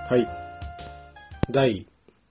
はい。第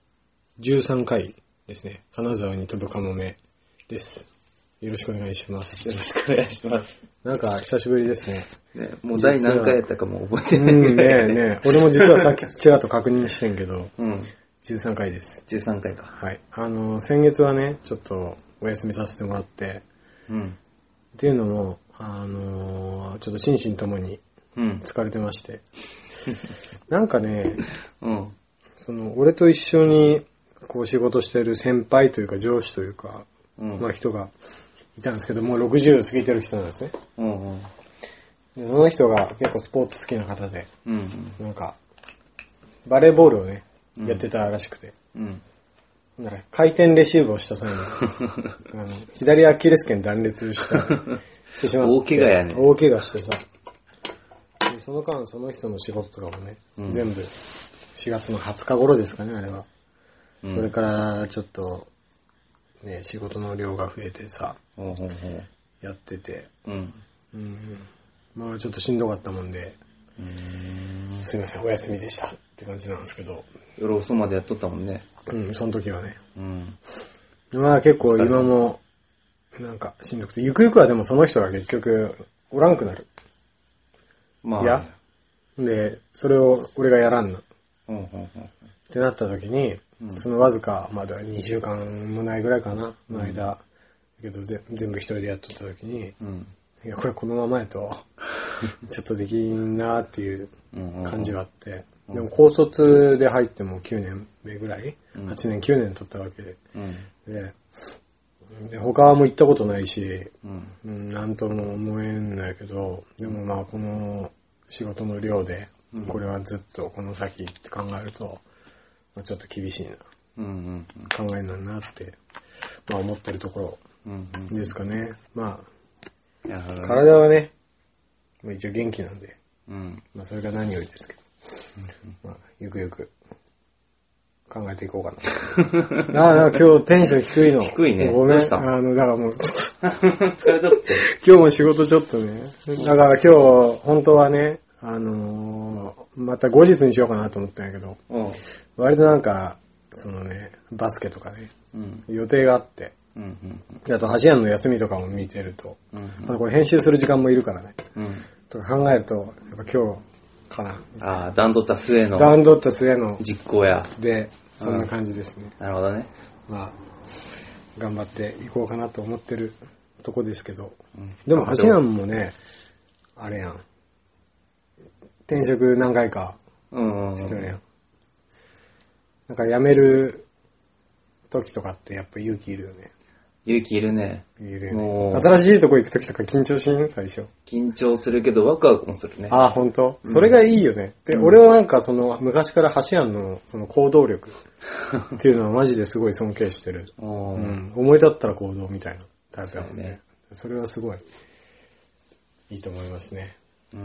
13回ですね。金沢に飛ぶカモメです。よろしくお願いします。 よろしくお願いします。 なんか久しぶりですね。 ね、もう第何回やったかも覚えてない。 ね俺も実はさっきちらっと確認してんけど、13回です。 13回か。 はい。先月はね、ちょっとお休みさせてもらって、っていうのも、ちょっと心身ともに疲れてまして、なんかね、俺と一緒にこう仕事してる先輩というか上司というか、まあ人がいたんですけど、もう60過ぎてる人なんですね。でその人が結構スポーツ好きな方で、なんかバレーボールをね、やってたらしくて、なんか回転レシーブをした際に左アキレス腱断裂してしまって、 大怪我やね。 大怪我してさ、でその間その人の仕事とかもね、全部4月の20日頃ですかね、あれは。それからちょっとね、仕事の量が増えてさ、やってて、まあちょっとしんどかったもんで、すいません、お休みでしたって感じなんですけど。 夜遅までやっとったもんね。 その時はね。まあ結構今もなんかしんどくて、ゆくゆくはでもその人が結局おらんくなる。 まあ。 いや。で、それを俺がやらんの。ってなった時に、そのわずか、まだ2週間もないぐらいかな、の間、だけど全部一人でやっとった時に、いや、これこのままやと、ちょっとできんなーっていう感じがあって、でも高卒で入っても9年目ぐらい、8年9年取ったわけで、で他はもう行ったことないし、なんとも思えんだけど、でもまあこの仕事の量で、これはずっとこの先って考えると、ちょっと厳しいな、考えになるなって、まあ思ってるところですかね。まあ、体はね、一応元気なんで、まあそれが何よりですけど、まあゆくゆく考えていこうかな。今日テンション低いの。 低いね。 ごめん。 どうしただからもう疲れたって。 今日も仕事ちょっとね。だから今日本当はね、また後日にしようかなと思ったんやけど、割となんかそのね、バスケとかね、予定があって。あと、橋屋の休みとかも見てると、あとこれ編集する時間もいるからね。とか考えると、やっぱ今日かな。 ああ、段取った末の。 段取った末の。 実行や。 で、そんな感じですね。 なるほどね。 まあ、頑張っていこうかなと思ってるとこですけど。でも、橋屋もね、あれやん。転職何回かしてるやん。なんか辞める時とかってやっぱ勇気いるよね。 勇気いるね。 いるよね。新しいとこ行く時とか緊張しん最初。 緊張するけどワクワクもするね。 ああ、ほんと？それがいいよね。で、俺はなんかその昔から橋庵のその行動力っていうのはマジですごい尊敬してる。思い立ったら行動みたいなタイプだもんね。それはすごいいいと思いますね。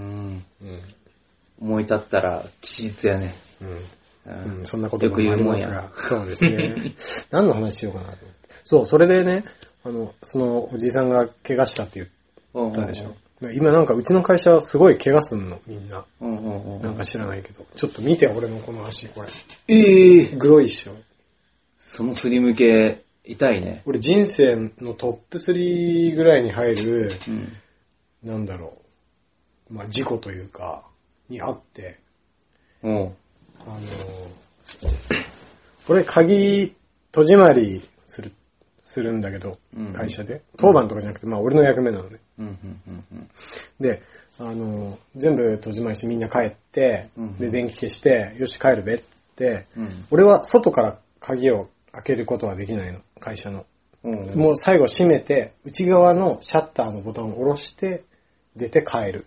思い立ったら吉日やね。 そんなこともありますが。そうですね。何の話しようかなと思って。そう、それでね、そのおじいさんが怪我したって言ったでしょ。今なんかうちの会社すごい怪我すんの、みんな。なんか知らないけど。ちょっと見て、俺のこの足、これ。グロいっしょ。 そのすりむけ、痛いね。 俺人生のトップ3ぐらいに入る、なんだろう。まあ事故というか、にあって。これ鍵戸締まりするんだけど、会社で。当番とかじゃなくて、まあ俺の役目なのね。で、全部戸締まりしてみんな帰って、で、電気消して、よし帰るべって、俺は外から鍵を開けることはできないの、会社の。もう最後閉めて、内側のシャッターのボタンを下ろして、出て帰る。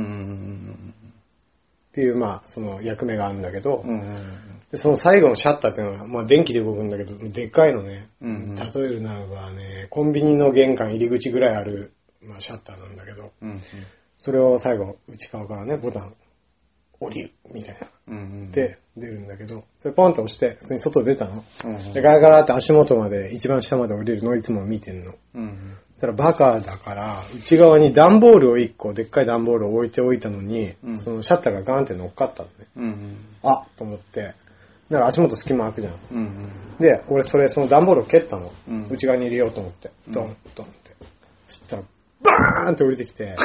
っていう、まあ、その役目があるんだけど、でその最後のシャッターっていうのは、まあ電気で動くんだけど、でっかいのね、例えるならばね、コンビニの玄関入り口ぐらいある、まあ、シャッターなんだけど、それを最後、内側からね、ボタン、降りる、みたいな。で、出るんだけど、それポンと押して、普通に外出たの。で、ガラガラって足元まで、一番下まで降りるのをいつも見てんの。 たらバカだから、内側に段ボールを1個、でっかい段ボールを置いておいたのに、そのシャッターがガーンって乗っかったのね。あっと思って、だから足元隙間開くじゃん。で、俺その段ボールを蹴ったの。内側に入れようと思って。ドン、ドンって。そしたら、バーンって降りてきて。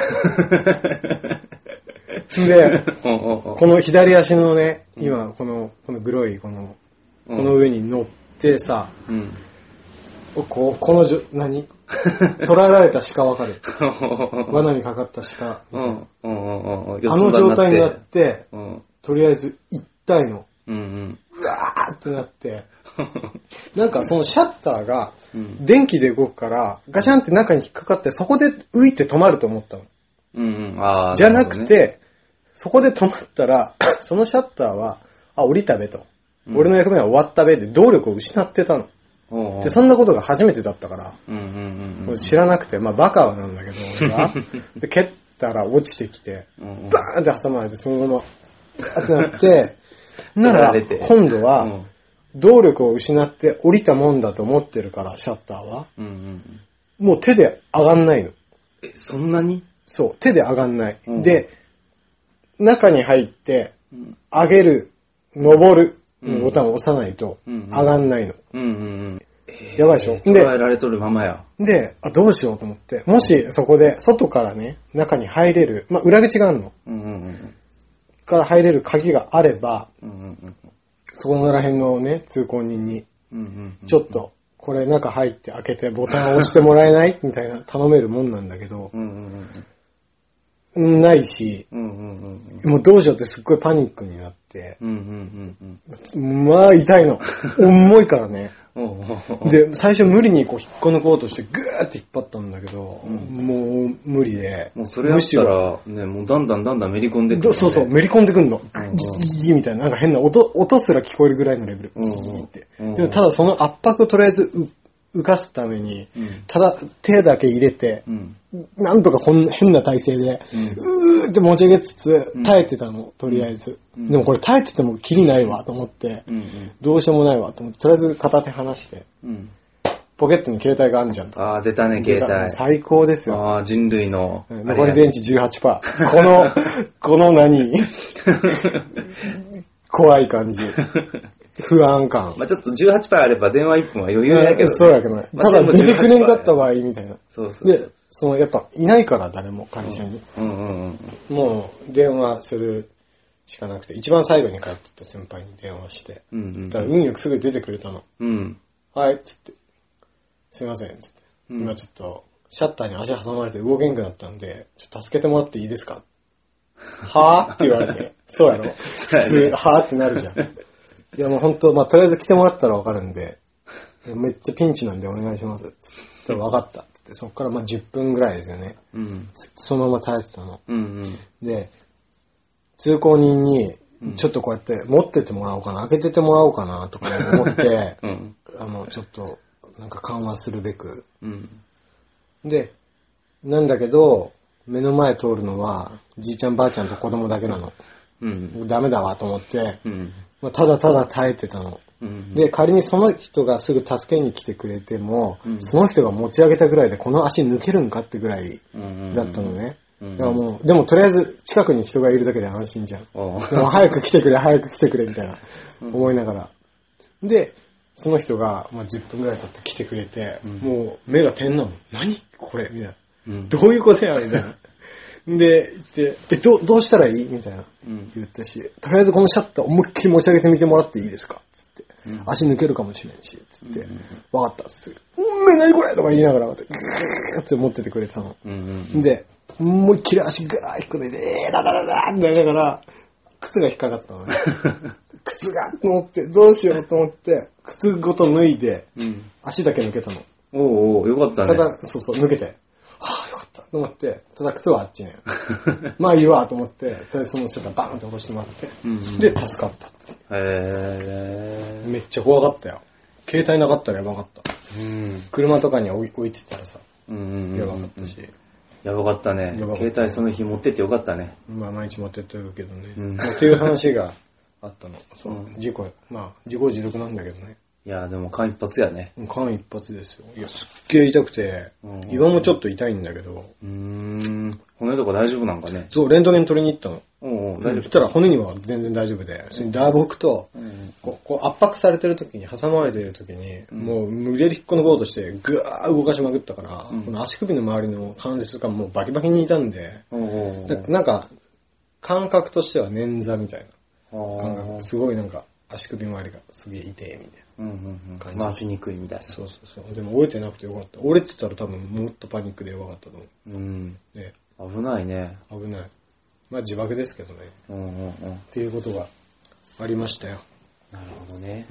で、この左足のね、今、この黒い、この上に乗ってさ、この何捕らえられた鹿わかる罠にかかった鹿みたいな。あの状態になって、とりあえず行ったいの。うわーってなって、なんかそのシャッターが電気で動くから、ガチャンって中に引っかかって、そこで浮いて止まると思ったの。じゃなくて、そこで止まったら、そのシャッターは、降りたべと。俺の役目は終わったべで動力を失ってたの。で、そんなことが初めてだったから、知らなくて、まあバカなんだけど、俺が。で、蹴ったら落ちてきて、バーンって挟まれて、そのまま、ってなって、なら、今度は、動力を失って降りたもんだと思ってるから、シャッターは。もう手で上がんないの。 そんなに？ そう、手で上がんない。で、中に入って、上げる、登る、ボタンを押さないと上がんないの。やばいでしょ？で、 捉えられとるままや。 で、どうしようと思って、もしそこで外からね、中に入れる、まあ裏口があるの。から入れる鍵があれば、そこら辺のね、通行人に、ちょっと、これ中入って開けてボタンを押してもらえないみたいな頼めるもんなんだけど、ないし、もうどうしようってすっごいパニックになって、まあ痛いの。重いからね。で、最初無理にこう引っこ抜こうとしてグーって引っ張ったんだけど、もう無理で。 もうそれやったら、ね、もうだんだんめり込んでくる、ね。 そうそう、めり込んでくんの。ギーみたいな、なんか変な音すら聞こえるぐらいのレベル。ギーって。でもただその圧迫をとりあえず浮かすために、ただ手だけ入れて、なんとか変な体勢で、うーって持ち上げつつ、耐えてたの、とりあえず。でもこれ耐えててもキリないわと思って、どうしようもないわと思って、とりあえず片手離して、ポケットに携帯があるじゃんと。 ああ、出たね、携帯。 最高ですよ。 ああ、人類の。 残り電池 18%。この何怖い感じ。不安感。 まあちょっと 18% あれば電話1分は余裕やけど、ね。 そうやけどね。ただ出てくれんかった場合みたいな。 そうそう。 で、やっぱいないから誰も会社に。もう電話するしかなくて、一番最後に帰ってた先輩に電話して。そしたら運よくすぐ出てくれたの。はい、つって。すいません、つって。今ちょっと、シャッターに足挟まれて動けんくなったんで、ちょっと助けてもらっていいですか？はぁって言われて。そうやろ。普通、はぁってなるじゃん。いやもうほんと、まあとりあえず来てもらったらわかるんで、めっちゃピンチなんでお願いします。つってわかったって。そっからまあ10分ぐらいですよね。そのまま耐えてたの。で、通行人に、ちょっとこうやって持ってってもらおうかな、開けててもらおうかなとか思って、ちょっとなんか緩和するべく。で、なんだけど、目の前通るのは、じいちゃんばあちゃんと子供だけなの。ダメだわと思って、ただただ耐えてたの。で、仮にその人がすぐ助けに来てくれても、その人が持ち上げたぐらいでこの足抜けるんかってぐらいだったのね。だからもう、でもとりあえず近くに人がいるだけで安心じゃん。でも早く来てくれ、早く来てくれみたいな思いながら。で、その人が、まあ、10分ぐらい経って来てくれて、もう目が点なの。何これみたいな。どういうことやみたいな。で、どうしたらいいみたいな。言ったし、とりあえずこのシャッター思いっきり持ち上げてみてもらっていいですかつって。足抜けるかもしれんし、つって。わかったつって。何これとか言いながら、グーって持っててくれたの。で、思いっきり足ガーッ引っこ抜いて、ダダダダってなりながら、靴が引っかかったのね。靴がと思って、どうしようと思って、靴ごと脱いで、足だけ抜けたの。 おうよかったね。 ただ、抜けて。はぁ、よかったと思って、ただ靴はあっちね。まあいいわと思って、とりあえずそのシャッターバーンって下ろしてもらって、で、助かったって。めっちゃ怖かったよ。携帯なかったらやばかった。車とかに置いてたらさ、やばかったし。 やばかったね。携帯その日持ってってよかったね。 まあ毎日持ってってるけどね。っていう話があったの。そう。事故自業自得なんだけどね。 いや、でも間一髪やね。 間一髪ですよ。いや、すっげえ痛くて、今もちょっと痛いんだけど。 骨とか大丈夫なんかね。 そう、レントゲン取りに行ったの。 大丈夫。 そしたら骨には全然大丈夫で、それに打撲と、こう圧迫されてる時に、挟まれてる時に、もう無理やり引っこ抜こうとして、ぐわー動かしまくったから、この足首の周りの関節がもうバキバキに痛んで、なんか、感覚としては捻挫みたいな感覚。すごいなんか、足首周りがすげえ痛いみたいな感じ。 回しにくいみたいな。 そうそうそう。でも折れてなくてよかった。折れてたら多分もっとパニックでやばかったと思う。ね、 危ないね。 危ない。まあ自爆ですけどね。っていうことがありましたよ。 なるほどね。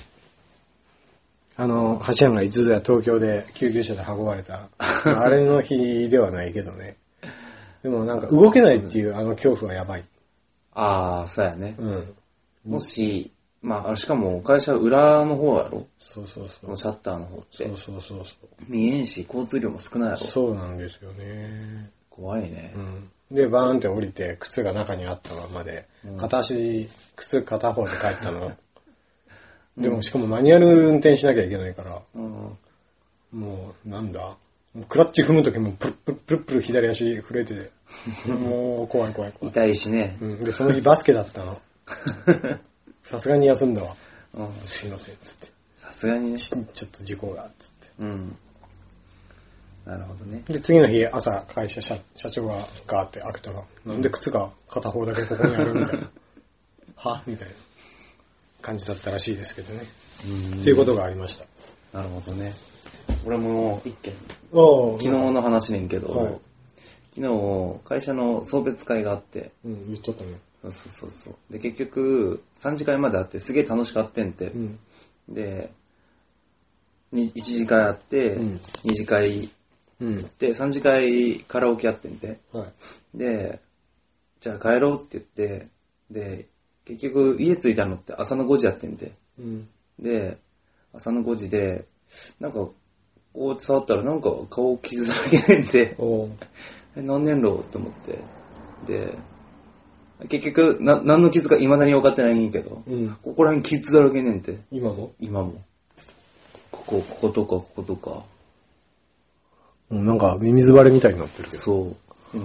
ハシャンがいつぞや東京で救急車で運ばれた、あれの日ではないけどね。でもなんか動けないっていう恐怖はやばい。 ああ、そうやね。もし、まあ、しかも会社裏の方やろ？ そうそうそう。 シャッターの方って。 そうそう。 見えんし、交通量も少ないやろ？ そうなんですよね。 怖いね。 で、バーンって降りて、靴が中にあったままで、靴片方で帰ったの。でもしかもマニュアル運転しなきゃいけないから、もう、なんだ？クラッチ踏むときもプルプル左足震えてて、もう怖い。 痛いしね。 で、その日バスケだったの。さすがに休んだわ。すいません、つって。 さすがにね。 ちょっと事故が、つって。 なるほどね。 で、次の日、朝、会社、社長がガーって開けたら、なんで靴が片方だけここにあるみたいな。はみたいな感じだったらしいですけどね。っていうことがありました。 なるほどね。俺も一件。 昨日の話ねんけど、昨日、会社の送別会があって。 言っちゃったね。 そう。で、結局、3次会まであって、すげえ楽しかってんて。で、1次会あって、2次会で、3次会カラオケやってんて。で、じゃあ帰ろうって言って、で、結局家着いたのって朝の5時やってんて。で、朝の5時で、なんか、こう触ったらなんか顔傷だらけねんて。何年ろうって思って。で、結局、何の傷か未だに分かってないんけど、ここら辺傷だらけねんて。 今も。 こことか。 なんか、ミミズバレみたいになってるけど。 そう。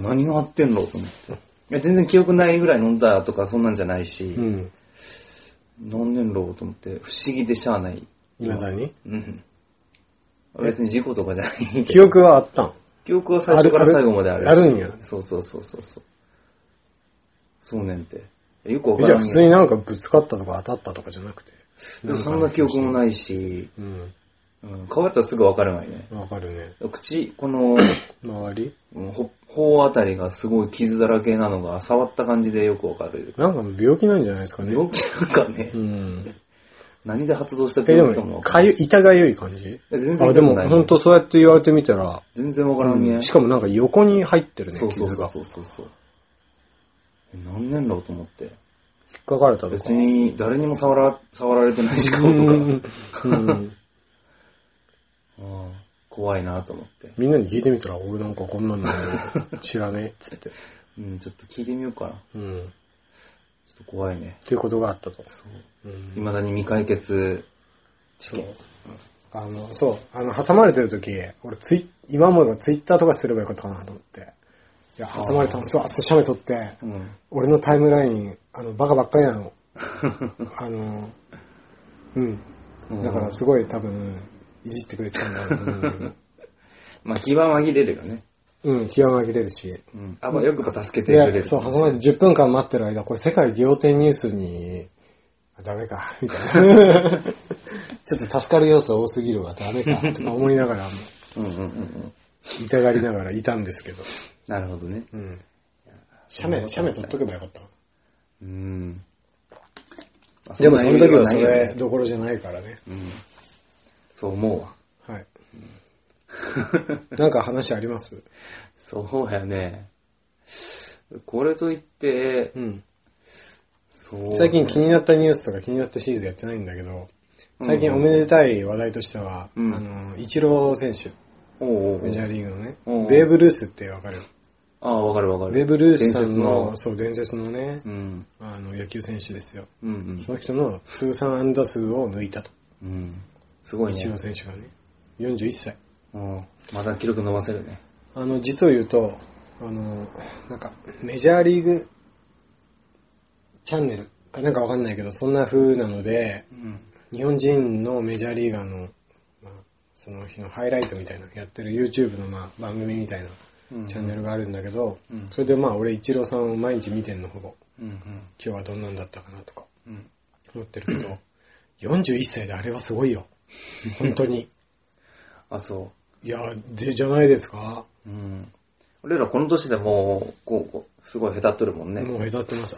何があってんのと思って。いや、全然記憶ないぐらい飲んだとかそんなんじゃないし、何年ろうと思って、不思議でしゃあない。 未だに？ 別に事故とかじゃない。 記憶はあったん？ 記憶は最初から最後まであるし。 あるんや。 そう。そうねんて。よくわからん。 いや、普通になんかぶつかったとか当たったとかじゃなくて。 そんな記憶もないし、顔やったらすぐわかるわよね。 わかるね。 この、 周り？ 頬あたりがすごい傷だらけなのが触った感じでよくわかる。 なんか病気なんじゃないですかね。 病気なんかね。何で発動した病気かもわかる。痛がゆい感じ？ 全然。 でも本当そうやって言われてみたら。 全然わからんね。 しかもなんか横に入ってるね、傷が。 そう。何年だと思って。 引っかかれたのか。 別に誰にも触られてないし、顔とか。怖いなと思って。 みんなに聞いてみたら、俺なんかこんなん知らねえっつって。 ちょっと聞いてみようかな。ちょっと怖いね。 っていうことがあったと。 そう。未だに未解決事件。 挟まれてる時、俺今までツイッターとかすればよかったかなと思って。いや、挟まれたの、そう、写メ撮って、俺のタイムライン、バカばっかりなの。だからすごい多分、いじってくれてたんだろうと思うんだけど。 まあ、気は紛れるよね。 気は紛れるし。 よく助けてくれる。 そう、挟まれて10分間待ってる間、これ世界仰天ニュースに、ダメか、みたいな。ちょっと助かる要素多すぎるわ、ダメか、とか思いながら、痛がりながらいたんですけど。 なるほどね。 写メ撮っとけばよかった。 でもその時はそれどころじゃないからね。 そう思うわ。 はい。なんか話あります？ そうやね。これといって、 最近気になったニュースとか気になったシリーズやってないんだけど、最近おめでたい話題としては、イチロー選手、メジャーリーグのね、ベーブ・ルースってわかる？ わかる。 ベーブ・ルースさんの、伝説のね、野球選手ですよ。その人の通算安打数を抜いたと。 うん。すごいね。 イチロー選手がね。41歳。 うん。まだ記録伸ばせるね。 実を言うと、なんか、メジャーリーグチャンネルかなんかわかんないけど、そんな風なので、うん、日本人のメジャーリーガーの、その日のハイライトみたいな、やってる YouTube の番組みたいなチャンネルがあるんだけど、うん、それで俺、イチローさんを毎日見てんのほぼ、うんうん、今日はどんなんだったかなとか、思ってるけど、41歳であれはすごいよ。本当に。 あ、そう。 いや、じゃないですか。 うん。俺らこの年でもう、すごい下手っとるもんね。 もう下手ってます。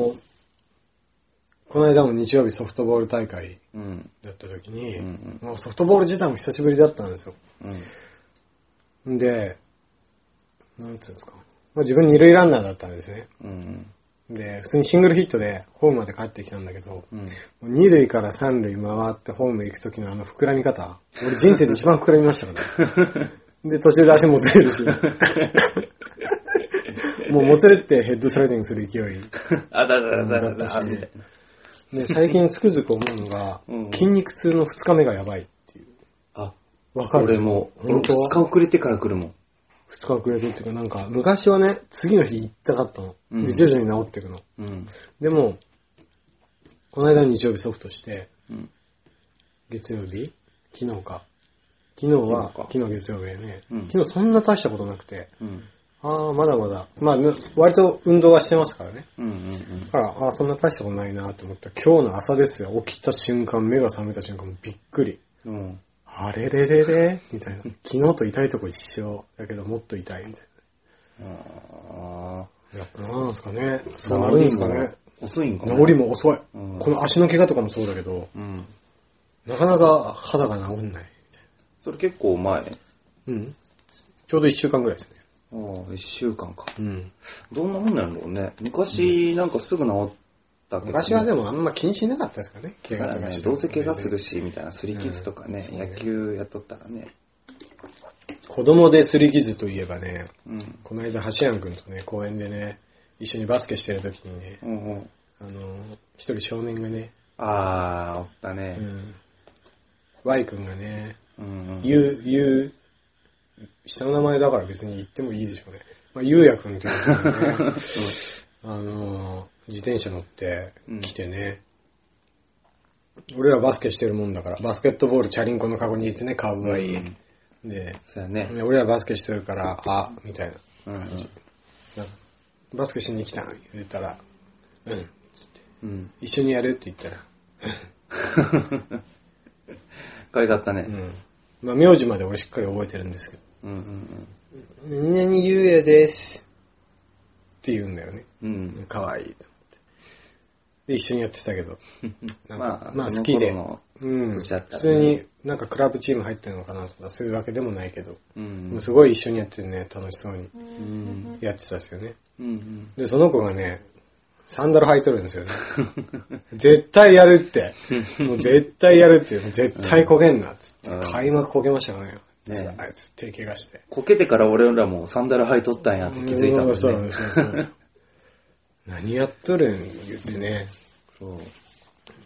この間も日曜日ソフトボール大会だった時に、もうソフトボール自体も久しぶりだったんですよ。うん、で、なんつうんですか。自分二塁ランナーだったんですね。で、普通にシングルヒットでホームまで帰ってきたんだけど、二塁から三塁回ってホーム行く時の膨らみ方、俺人生で一番膨らみましたからね。で、途中で足もつれるし。もうもつれってヘッドスライディングする勢いだったし。で、最近つくづく思うのが、筋肉痛の2日目がやばいっていう。 あ、 わかる？ 俺も、2日遅れてから来るもん。 2日遅れてっていうか、なんか、昔はね、次の日行ったかったの。で、徐々に治っていくの。でも、この間の日曜日ソフトして、月曜日？昨日か。昨日月曜日でね、昨日そんな大したことなくて、まだまだ、割と運動はしてますからね。だから、そんな大したことないなと思ったら、今日の朝ですよ、起きた瞬間、目が覚めた瞬間、もうびっくり。あれれれれみたいな。昨日と痛いとこ一緒だけど、もっと痛いみたいな。やっぱなんですかね。そうなるんですかね。 遅いんかな。 治りも遅い。この足の怪我とかもそうだけど、なかなか肌が治んない。 それ結構前？ うん。ちょうど1週間ぐらいですね。 1週間か。どんなもんなんだろうね。昔なんかすぐ治ったけど、ね。 昔はでもあんま気にしなかったですかね。怪我とかして、 どうせ怪我するし、みたいな。すり傷とかね、野球やっとったらね。 子供ですり傷といえばね、この間、橋庵くんとね、公園でね、一緒にバスケしてる時にね、一人少年がね、 おったね。 Y くんがね、下の名前だから別に言ってもいいでしょうね。ゆうやくんっていう人がね、自転車乗って来てね、俺らバスケしてるもんだから、バスケットボールチャリンコのカゴに入れてね、かわいい。で、 そうやね、 俺らバスケしてるから、みたいな感じ。バスケしに来たの言ったら、つって、一緒にやるって言ったら、 可愛かったね。 名字まで俺しっかり覚えてるんですけど。何々ゆうやですって言うんだよね。かわいいと思って。で、一緒にやってたけど。好きで。普通になんかクラブチーム入ってるのかなとか、そういうわけでもないけど。すごい一緒にやってね、楽しそうにやってたですよね。で、その子がね、サンダル履いとるんですよね。絶対やるって。もう絶対やるって。絶対こけんなっつって。開幕こけましたからね。あいつ手怪我して。 こけてから俺らもサンダル履いとったんやって気づいたもんね。そう。 何やっとるん言ってね。そう。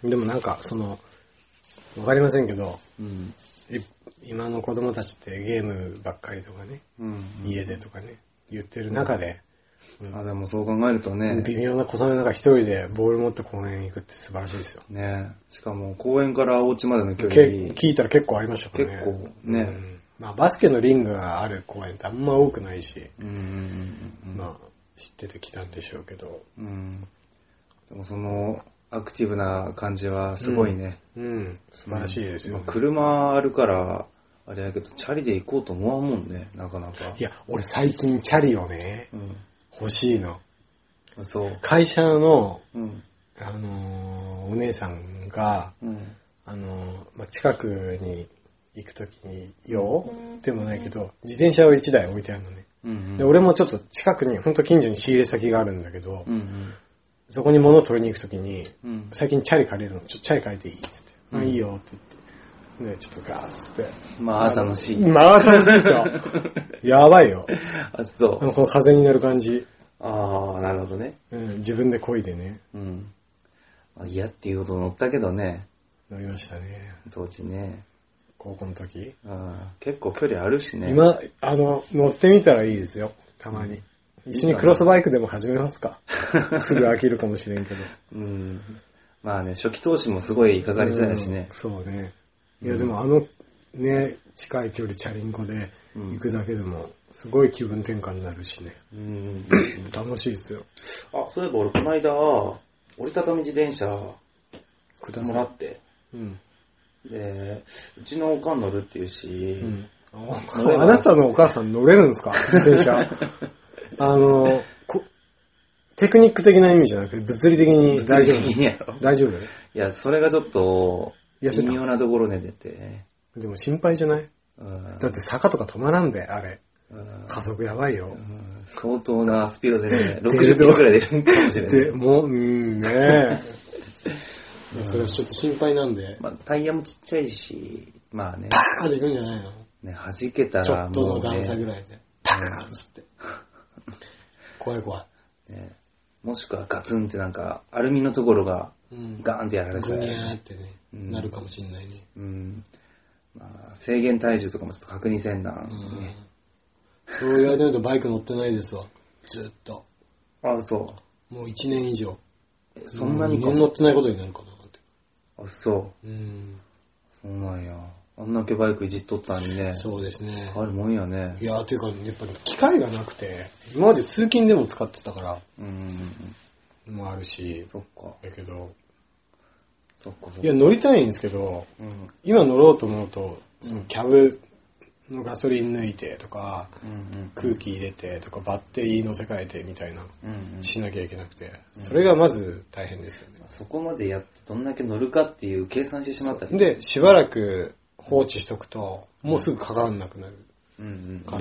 でもなんか、わかりませんけど、今の子供たちってゲームばっかりとかね、家でとかね、言ってる中で、 でもそう考えるとね、 微妙な小雨の中一人でボール持って公園に行くって素晴らしいですよ。 ね。しかも公園からお家までの距離聞いたら結構ありましたからね。 結構ね。 バスケのリングがある公園ってあんま多くないし、知ってて来たんでしょうけど。 でもそのアクティブな感じはすごいね。 素晴らしいですよ、ね。 車あるからあれやけど、チャリで行こうと思わんもんね、なかなか。 いや、俺最近チャリをね、欲しいの。 そう。 会社の、お姉さんが、近くに行くときに用でもないけど、自転車を1台置いてあるのね。で、俺もちょっと近くに、ほんと近所に仕入れ先があるんだけど、そこに物を取りに行くときに、最近チャリ借りるの。チャリ借りていいっつって。いいよって言って。ね、ちょっとガーッつって。 楽しい。 楽しいですよ。やばいよ。 そう。 この風になる感じ。 なるほどね。 自分で漕いでね。 嫌っていうほど乗ったけどね。 乗りましたね。 当時ね。 高校の時。 結構距離あるしね。 今、乗ってみたらいいですよ。たまに。一緒にクロスバイクでも始めますか。すぐ飽きるかもしれんけど。 まあね、初期投資もすごいかかりそうだしね。 そうね。いやでもね、近い距離チャリンコで行くだけでも、すごい気分転換になるしね。楽しいですよ。 あ、そういえば俺この間、折りたたみ自転車もらって。で、うちのおかん乗るっていうし、 あなたのお母さん乗れるんですか自転車。テクニック的な意味じゃなくて、物理的に大丈夫。大丈夫？ いや、それがちょっと、微妙なところで出て。 でも心配じゃない？だって坂とか止まらんべ、あれ。加速やばいよ。 相当なスピードでね、60キロくらい出るかもしれない。 で、もう、ねそれはちょっと心配なんで。 まあ、タイヤもちっちゃいし、まあね。 パーンでいくんじゃないの？ ね、弾けたらちょっとの段差ぐらいで。パーンつって。怖い怖い。ね、もしくはガツンってなんか、アルミのところがガーンってやられたら、 グニャーってね、なるかもしれないね。 まあ、制限体重とかもちょっと確認せんな、ね。 そう言われてみるとバイク乗ってないですわ。ずっと。 あ、そう。 もう1年以上。 そんなに 2年乗ってないことになるかなって。 あ、そう。そうなんや。あんだけバイクいじっとったのにね。 そうですね。 あるもんやね。 いやていうか、やっぱ機会がなくて、今まで通勤でも使ってたから、もあるし、 そっか。 だけど、 そっか。 いや、乗りたいんですけど、今乗ろうと思うと、そのキャブのガソリン抜いてとか、空気入れてとか、バッテリー乗せ替えてみたいな、しなきゃいけなくて、それがまず大変ですよね。 そこまでやってどんだけ乗るかっていう計算してしまったりで、しばらく放置しとくと、もうすぐかからなくなるから、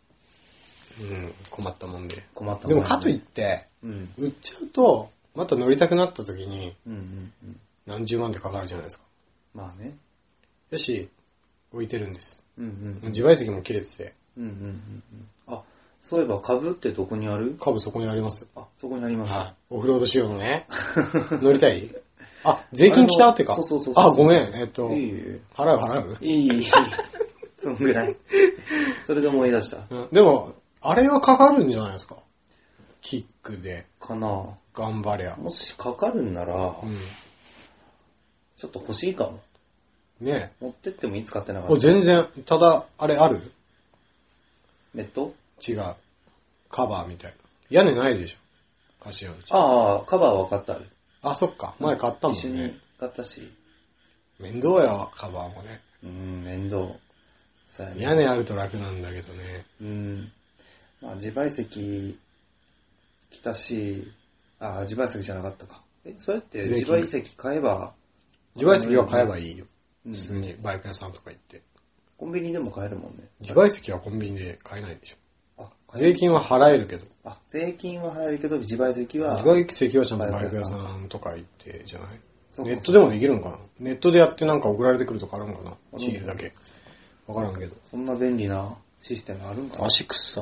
困ったもんで。でもかといって、売っちゃうと、また乗りたくなった時に、何十万ってかかるじゃないですか。 まあね。 よし、置いてるんです。自賠責も切れてて。 あ、そういえば株ってどこにある？ 株そこにあります。 あ、そこにあります。はい。 オフロード仕様のね。乗りたい？あ、税金来たってか。 そう。 あ、ごめん。払う？ いい。そのぐらい。それで思い出した。 でも、あれはかかるんじゃないですか。キックで。 かな。 頑張りゃ。 もしかかるんなら、ちょっと欲しいかも。 ね持ってってもいつ買ってなかった。 全然。ただ、あれある？ ネット？ 違う。カバーみたいな。屋根ないでしょ。カシオのうち。 ああ、カバーは分かったある。 あ、そっか。前買ったもんね。 一緒に買ったし。 面倒や、カバーもね。 面倒。 屋根あると楽なんだけどね。 まあ、自賠責来たし、自賠責じゃなかったか。それって自賠責買えば？ 自賠責は買えばいいよ。普通にバイク屋さんとか行って。 コンビニでも買えるもんね。 自賠責はコンビニで買えないでしょ。税金は払えるけど。 税金は払えるけど、自賠責は？ 自賠責はちゃんとバイク屋さんとか行ってじゃない？ネットでもできるのかな？ネットでやってなんか送られてくるとかあるのかな？シールだけ。わからんけど。 そんな便利なシステムあるんかな？ 足臭。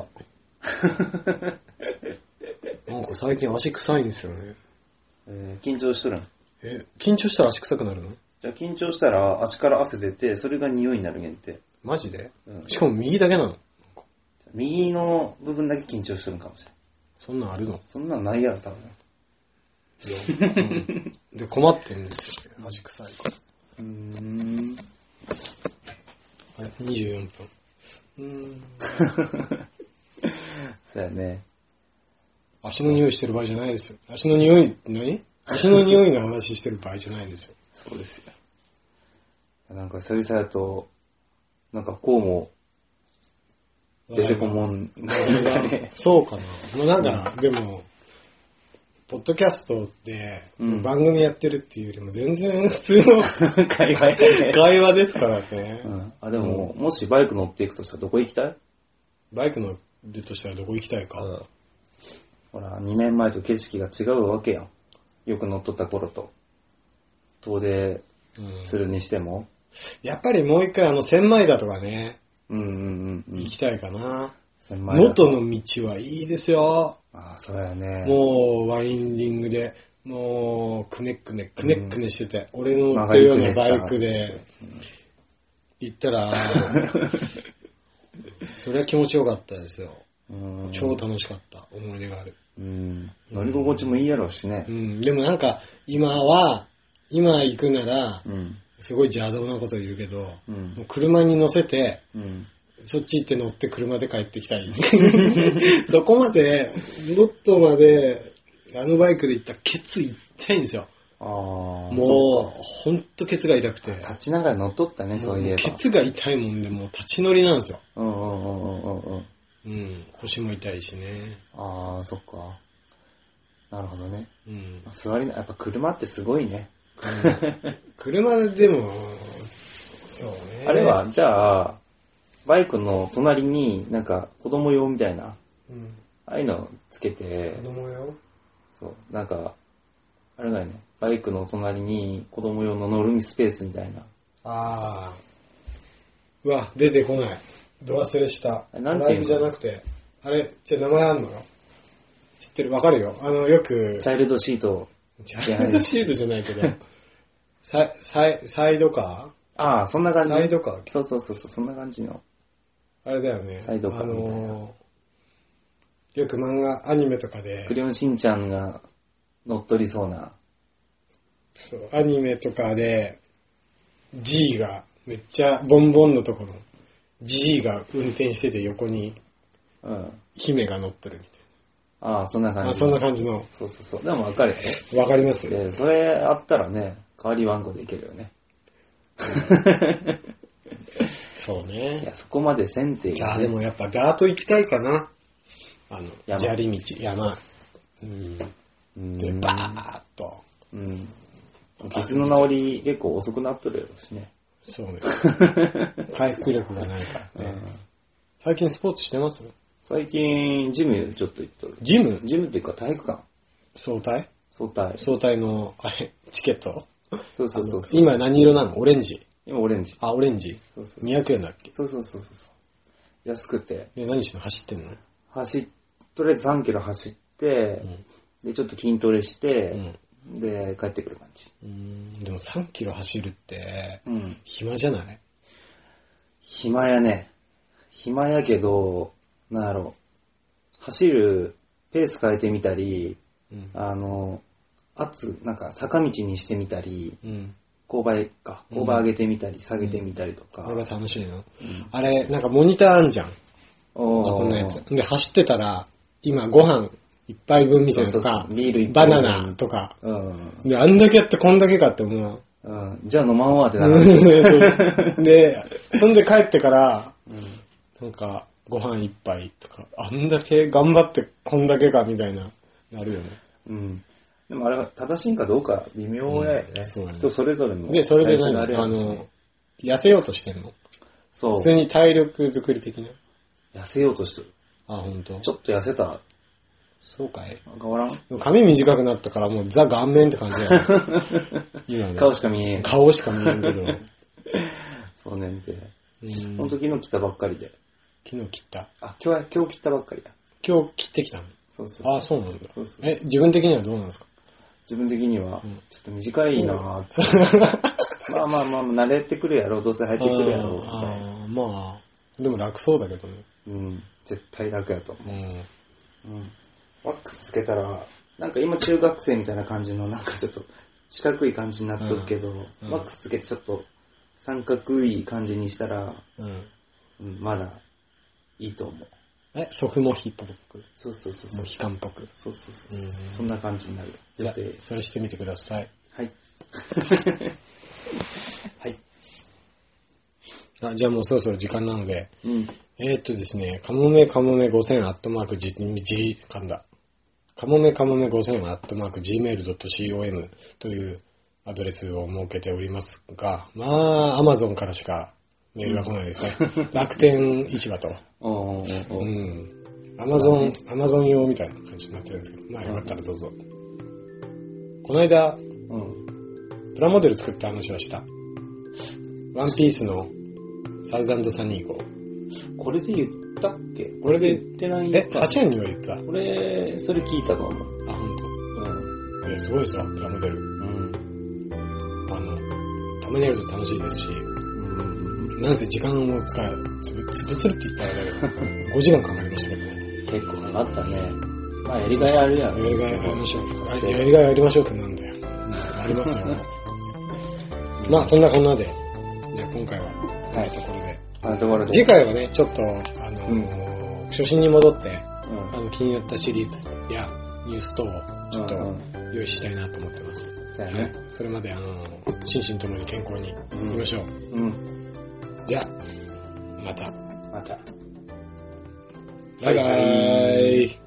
なんか最近足臭いんですよね。 緊張しとるん？ 緊張したら足臭くなるの？ じゃあ緊張したら足から汗出て、それが匂いになるげんって。 マジで？しかも右だけなの？ 右の部分だけ緊張してるかもしれない。 そんなんあるの？ そんなんないやろ、多分。 で、困ってんですよ。足臭いから。あれ ?24 分。 そうやね。 足の匂いしてる場合じゃないですよ。足の匂い、足の匂いの話してる場合じゃないんですよ。 そうですよ。なんか久々だと、なんかこうも、出てこもん。 そうかな。なんか、でも、ポッドキャストで番組やってるっていうよりも全然普通の会話ですからね。 でも、もしバイク乗っていくとしたらどこ行きたい？ バイク乗るとしたらどこ行きたいか。 ほら、2年前と景色が違うわけやん。よく乗っとった頃と。遠出するにしても。 やっぱりもう一回千枚田とかね。行きたいかな。能登の道はいいですよ。 そうやね。 もうワインディングで、 もう、くねくねしてて、俺の乗ってるようなバイクで、行ったら、それは気持ちよかったですよ。超楽しかった。思い出がある。 乗り心地もいいやろうしね。 でもなんか、今行くなら、すごい邪道なこと言うけど、もう車に乗せて、そっち行って乗って車で帰ってきたい。そこまで、ロットまで、あのバイクで行ったらケツ痛いんですよ。もう、ほんとケツが痛くて。 立ちながら乗っとったね、そういえば。 ケツが痛いもんで、もう立ち乗りなんですよ。腰も痛いしね。 ああ、そっか。なるほどね。座りな、やっぱ車ってすごいね。 車でも、そうね。 あれは、じゃあ、バイクの隣になんか子供用みたいな、ああいうのつけて、 子供用？ そう、なんか、あれだよね、バイクの隣に子供用の乗るスペースみたいな。 ああ。うわ、出てこない。ド忘れした。ドライブじゃなくて、あれ、名前あんのよ。知ってる？わかるよ。よく。 チャイルドシート。 チャイルドシートじゃないけど、サイドカー？ああ、そんな感じ。 サイドカー？ そう、そんな感じの。 あれだよね。 サイドカーみたいな。 よく漫画、アニメとかで。 クレヨンしんちゃんが乗っ取りそうな。 そう、アニメとかで、G が、めっちゃボンボンのところ、G が運転してて横に、姫が乗ってるみたいな。ああ、そんな感じ。 そんな感じの。 そう。でも分かるよね。 わかりますで、それあったらね、代わりワンコでいけるよね。 そうね。 いや、そこまでせんていい、ね。 あ、でもやっぱダート行きたいかな。砂利道、山。で、バーっと。 傷の治り結構遅くなっとるやろしね。 そうね。回復力がないからね。最近スポーツしてます？ 最近、ジムちょっと行っとる。 ジムっていうか体育館。 総体の、あれ、チケット？ そう。 今何色なの？オレンジ？ 今オレンジ。 あ、オレンジ？ そう。 200円だっけ？ そう。安くて。 で、何してんの？走ってんの？ とりあえず3キロ走って、で、ちょっと筋トレして、で、帰ってくる感じ。 でも3キロ走るって、暇じゃない？ 暇やね。暇やけど、なんやろ。走るペース変えてみたり、なんか坂道にしてみたり、勾配上げてみたり、下げてみたりとか。 これが楽しいの？あれ、なんかモニターあんじゃん。こんなやつ。で、走ってたら、今ご飯一杯分みたいなとか、 ビール一杯分バナナとか、で、あんだけやってこんだけかって思う。じゃあ飲まんわってなる。 で、そんで帰ってから、なんか、ご飯一杯とか、あんだけ頑張ってこんだけかみたいな、なるよね。 でもあれは正しいんかどうか微妙やよね。 そうやね。 人それぞれの。 で、それで何？痩せようとしてんの？そう。普通に体力作り的な？ 痩せようとしてる。 あ、ほんと？ ちょっと痩せた。 そうかい？ 変わらん？ 髪短くなったからもうザ顔面って感じやね。今ね。 顔しか見えん。 顔しか見えんけど。 そうねんて。ほんと昨日切ったばっかりで。 昨日切った？ あ、今日切ったばっかりだ。 今日切ってきたの？ そう。 あ、そうなんだ。そう。自分的にはどうなんですか？ 自分的には、ちょっと短いなぁって。まあ、慣れてくるやろ、どうせ生えてくるやろ、みたいな。 まあ、でも楽そうだけどね。 絶対楽やと思う。ワックスつけたら、なんか今中学生みたいな感じの、なんかちょっと四角い感じになっとるけど、ワックスつけてちょっと三角い感じにしたら、まだいいと思う。 ソフモヒっぽく。 そう。 モヒカンっぽく。 そう。そんな感じになる。 じゃあ、それしてみてください。 はい。 はい。じゃあもうそろそろ時間なので。ですね、かもめ5000噛んだ。かもめ5000@gmail.com というアドレスを設けておりますが、まあ、Amazon からしかメールが来ないですね。楽天市場と。Amazon 用みたいな感じになってるんですけど、まあよかったらどうぞ。この間、プラモデル作った話はした。ワンピースのサウザンドサニー号。 これで言ったっけ？ これで言ってないよ。 8年には言った。 俺、それ聞いたと思う。 あ、ほんと。 すごいですよ、プラモデル。たまにやると楽しいですし、なんせ時間を潰するって言ったらだけど、5時間かかりましたけどね。 結構かかったね。まあやりがいあるやん。 やりがいありましょう。やりがいありましょうってなんだよ。ありますよ。まあそんなこんなで、じゃあ今回はこんなところで。次回はね、ちょっと、初心に戻って、気になったシリーズやニュース等をちょっと用意したいなと思ってます。 そうやね。 それまで心身ともに健康にいきましょう。じゃあ、また。 また。 バイバーイ。